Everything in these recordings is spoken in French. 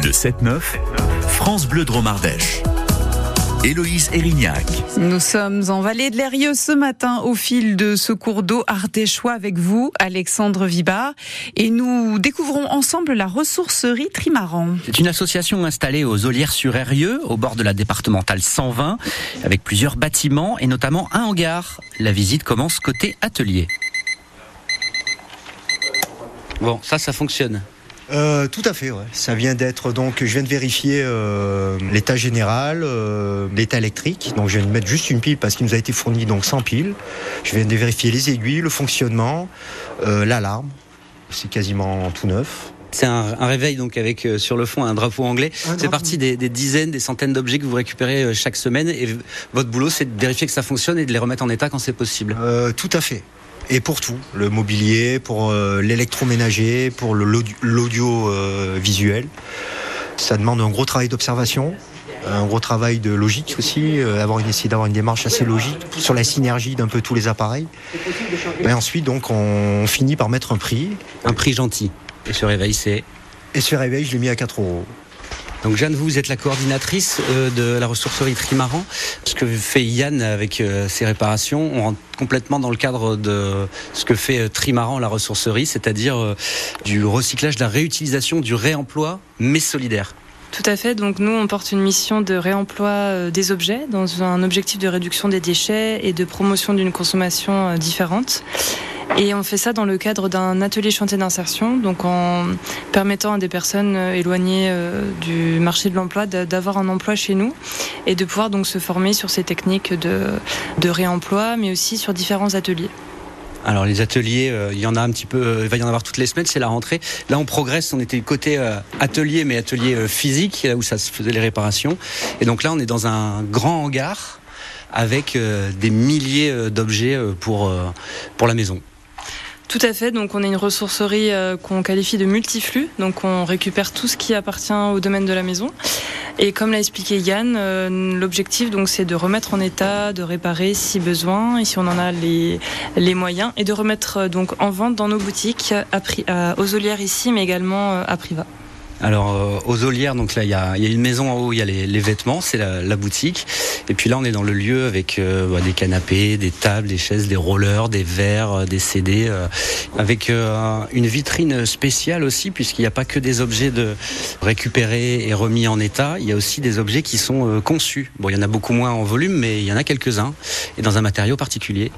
De 7-9, France Bleu Drôme Ardèche. Héloïse Erignac. Nous sommes en vallée de l'Eyrieux ce matin au fil de ce cours d'eau ardéchois avec vous, Alexandre Vibard, et nous découvrons ensemble la ressourcerie Trimaran. C'est une association installée aux Ollières-sur-Eyrieux, au bord de la départementale 120, avec plusieurs bâtiments et notamment un hangar. La visite commence côté atelier. Bon, ça fonctionne. Tout à fait, ouais. Ça vient d'être donc, je viens de vérifier l'état général, l'état électrique. Donc je viens de mettre juste une pile parce qu'il nous a été fourni donc sans pile. Je viens de vérifier les aiguilles, le fonctionnement, l'alarme. C'est quasiment tout neuf. C'est un réveil donc avec sur le fond un drapeau anglais. C'est parti des dizaines, des centaines d'objets que vous récupérez chaque semaine. Et votre boulot, c'est de vérifier que ça fonctionne et de les remettre en état quand c'est possible. Tout à fait. Et pour tout, le mobilier, pour l'électroménager, pour l'audio visuel. Ça demande un gros travail d'observation, un gros travail de logique aussi, essayer d'avoir une démarche assez logique sur la synergie d'un peu tous les appareils. Et ensuite, donc, on finit par mettre un prix. Un prix gentil. Et ce réveil, c'est... Et ce réveil, je l'ai mis à 4 €. Donc Jeanne, vous êtes la coordinatrice de la ressourcerie Trimaran. Ce que fait Yann avec ses réparations, on rentre complètement dans le cadre de ce que fait Trimaran, la ressourcerie, c'est-à-dire du recyclage, de la réutilisation, du réemploi, mais solidaire. Tout à fait, donc nous on porte une mission de réemploi des objets dans un objectif de réduction des déchets et de promotion d'une consommation différente. Et on fait ça dans le cadre d'un atelier chantier d'insertion, donc en permettant à des personnes éloignées du marché de l'emploi d'avoir un emploi chez nous et de pouvoir donc se former sur ces techniques de réemploi, mais aussi sur différents ateliers. Alors les ateliers, il y en a un petit peu, il va y en avoir toutes les semaines, c'est la rentrée. Là on progresse, on était côté atelier, mais atelier physique, là où ça se faisait les réparations. Et donc là on est dans un grand hangar avec des milliers d'objets pour la maison. Tout à fait, donc on est une ressourcerie qu'on qualifie de multiflux, donc on récupère tout ce qui appartient au domaine de la maison. Et comme l'a expliqué Yann, l'objectif donc c'est de remettre en état, de réparer si besoin, et si on en a les moyens, et de remettre donc en vente dans nos boutiques aux Ollières ici, mais également à Privas. Alors aux Ollières, donc là il y a une maison en haut, il y a les vêtements, c'est la boutique. Et puis là on est dans le lieu avec des canapés, des tables, des chaises, des rollers, des verres, des CD, avec une vitrine spéciale aussi, puisqu'il n'y a pas que des objets récupérés et remis en état, il y a aussi des objets qui sont conçus. Bon, il y en a beaucoup moins en volume, mais il y en a quelques-uns, et dans un matériau particulier.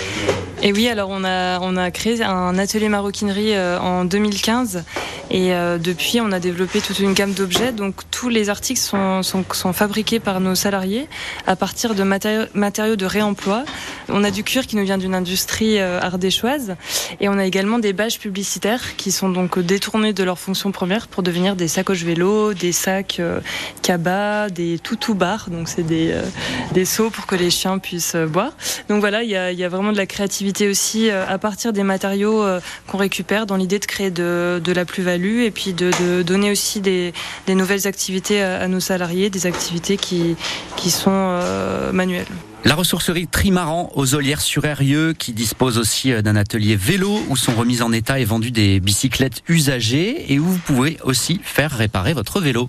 Et oui, alors on a créé un atelier maroquinerie en 2015 et depuis on a développé toute une gamme d'objets. Donc tous les articles sont fabriqués par nos salariés à partir de matériaux de réemploi. On a du cuir qui nous vient d'une industrie ardéchoise et on a également des bâches publicitaires qui sont donc détournées de leur fonction première pour devenir des sacoches vélo, des sacs cabas, des toutous-bars. Donc c'est des seaux pour que les chiens puissent boire. Donc voilà, il y a vraiment de la créativité aussi à partir des matériaux qu'on récupère dans l'idée de créer de la plus-value et puis de donner aussi des nouvelles activités à nos salariés, des activités qui sont manuelles. La ressourcerie Trimaran aux Ollières-sur-Eyrieux qui dispose aussi d'un atelier vélo où sont remises en état et vendues des bicyclettes usagées et où vous pouvez aussi faire réparer votre vélo.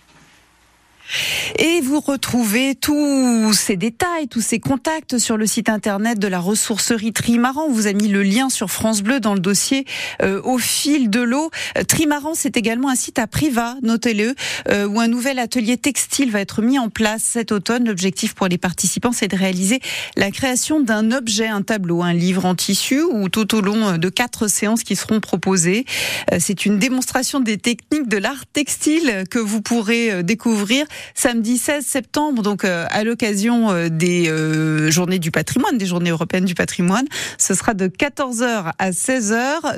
Et vous retrouvez tous ces détails, tous ces contacts sur le site internet de la ressourcerie Trimaran. On vous a mis le lien sur France Bleu dans le dossier au fil de l'eau. Trimaran, c'est également un site à Privas, notez-le, où un nouvel atelier textile va être mis en place cet automne. L'objectif pour les participants, c'est de réaliser la création d'un objet, un tableau, un livre en tissu ou tout au long de 4 séances qui seront proposées. C'est une démonstration des techniques de l'art textile que vous pourrez découvrir samedi 16 septembre, donc à l'occasion des journées du patrimoine, des journées européennes du patrimoine. Ce sera de 14h à 16h.